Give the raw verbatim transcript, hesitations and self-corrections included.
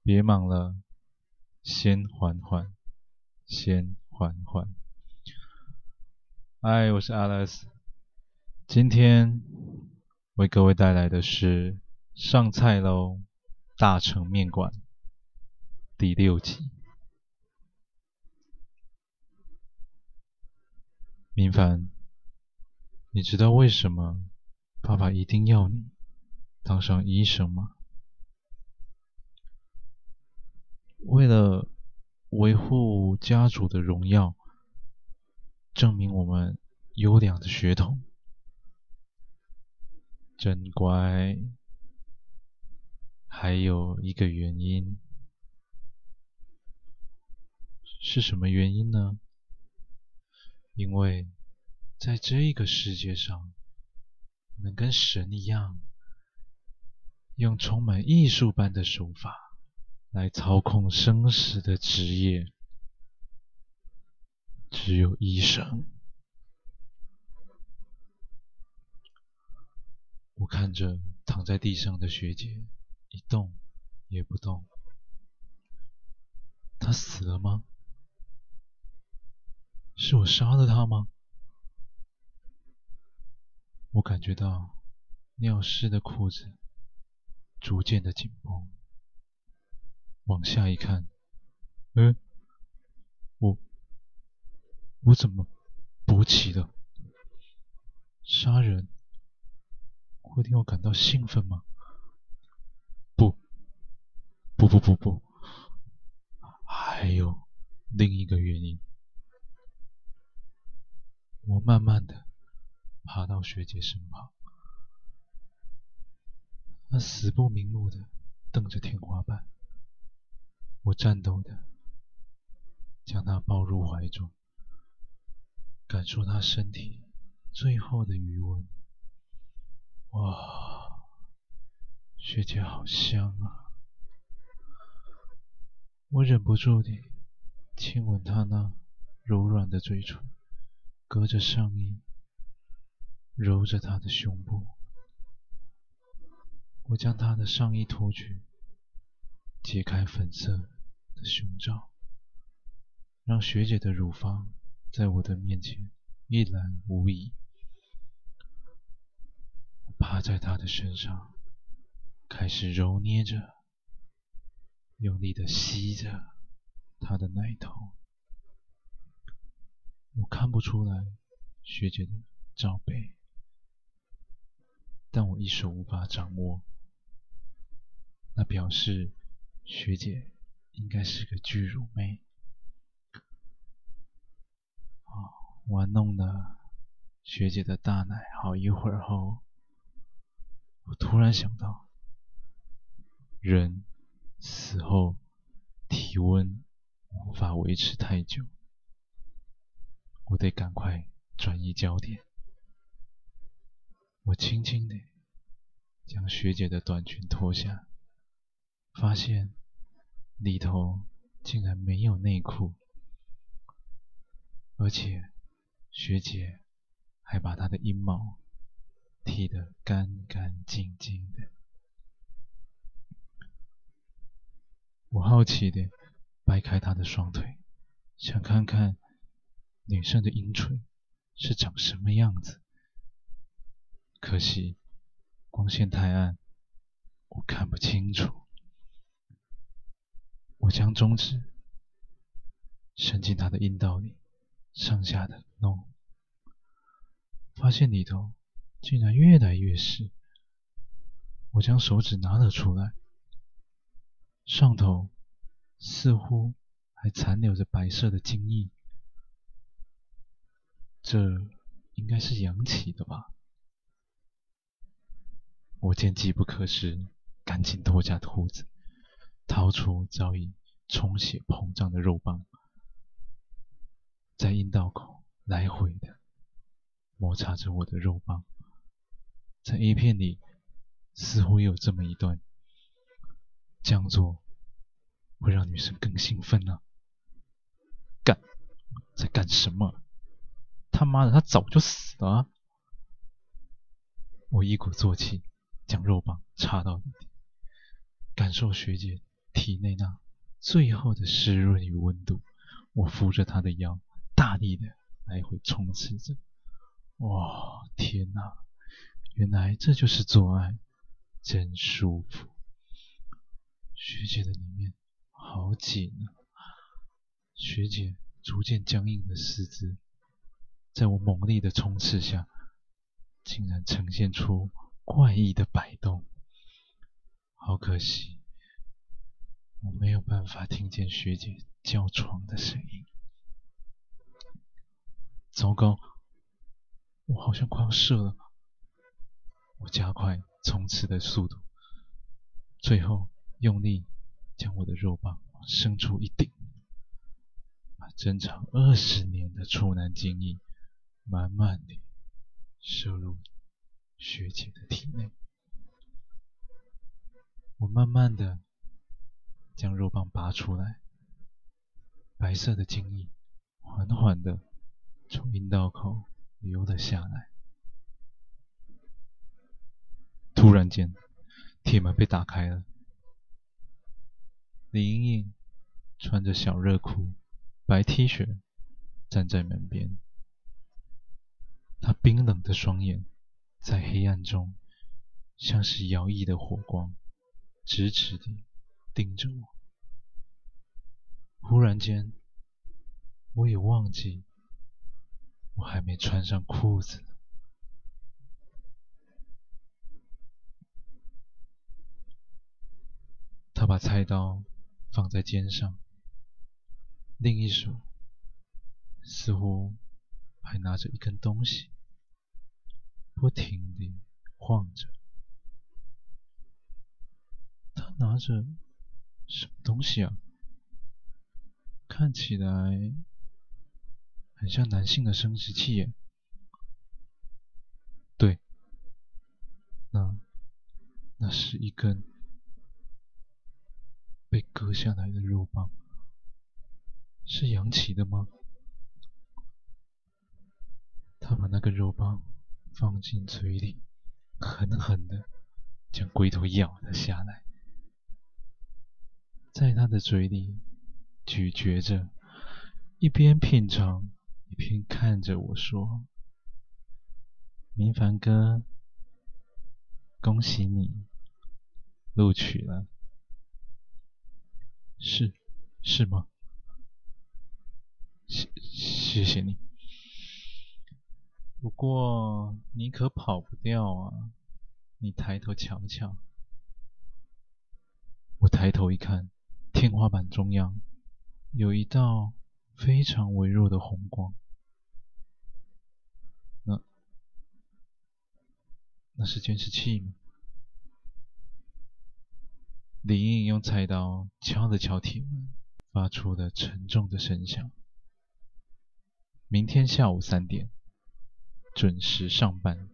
别忙了，先缓缓，先缓缓。嗨，我是 Alex，今天为各位带来的是上菜喽，大成面馆第六集。明凡，你知道为什么爸爸一定要你当上医生吗？为了维护家族的荣耀，证明我们优良的血统。真乖。还有一个原因，是什么原因呢？因为在这个世界上，能跟神一样，用充满艺术般的手法来操控生死的职业，只有医生。我看着躺在地上的学姐，一动也不动。她死了吗？是我杀了她吗？我感觉到尿湿的裤子逐渐的紧绷，往下一看，嗯，我我怎么勃起了？杀人会令我感到兴奋吗？不，不不不不，还有另一个原因。我慢慢的爬到学姐身旁，她死不瞑目的瞪着天花板。我颤抖的将她抱入怀中，感受她身体最后的余温。哇，学姐好香啊！我忍不住地亲吻她那柔软的嘴唇，隔着上衣揉着她的胸部。我将她的上衣脱去，揭开粉色的胸罩，让学姐的乳房在我的面前一览无遗。我趴在她的身上，开始揉捏着，用力地吸着她的奶头。我看不出来学姐的罩杯，但我一手无法掌握，那表示学姐应该是个巨乳妹。哦，玩弄了学姐的大奶好一会儿后，我突然想到，人死后体温无法维持太久，我得赶快转移焦点。我轻轻地将学姐的短裙脱下，发现里头竟然没有内裤，而且学姐还把她的阴毛剃得干干净净的。我好奇地掰开她的双腿，想看看女生的阴唇是长什么样子。可惜光线太暗，我看不清楚。我将中指伸进她的阴道里，上下的弄，发现里头竟然越来越湿。我将手指拿了出来，上头似乎还残留着白色的精液，这应该是阳起的吧。我见机不可失，赶紧脱下裤子，掏出早已充血膨胀的肉棒，在阴道口来回的摩擦着我的肉棒。在 A 片里似乎有这么一段，这样做会让女生更兴奋啊。干，在干什么？他妈的，他早就死了啊！我一鼓作气将肉棒插到底，感受学姐体内那最后的湿润与温度，我扶着他的腰，大力的来回冲刺着。哇，天哪！原来这就是做爱，真舒服。学姐的里面好紧啊！学姐逐渐僵硬的四肢，在我猛力的冲刺下，竟然呈现出怪异的摆动。好可惜，我没有办法听见学姐叫床的声音。糟糕，我好像快要射了。我加快冲刺的速度，最后用力将我的肉棒往深处一顶，把珍藏二十年的处男精液满满地射入学姐的体内。我慢慢的将肉棒拔出来，白色的精液缓缓的从阴道口流了下来。突然间，铁门被打开了。李莹莹穿着小热裤、白 T 恤站在门边，她冰冷的双眼在黑暗中像是摇曳的火光，直直地盯着我。忽然间，我也忘记我还没穿上裤子呢。他把菜刀放在肩上，另一手似乎还拿着一根东西，不停地晃着。他拿着什么东西啊？看起来很像男性的生殖器耶。对，那那是一根被割下来的肉棒。是杨琪的吗？他把那个肉棒放进嘴里，狠狠地将龟头咬了下来，在他的嘴里咀嚼着，一边品尝一边看着我说：“明凡哥，恭喜你录取了。”是是吗？谢谢谢你。不过你可跑不掉啊！你抬头瞧瞧。我抬头一看，天花板中央有一道非常微弱的红光。那那是监视器吗？李莹莹用菜刀敲了敲铁门，发出了沉重的声响。明天下午三点准时上班。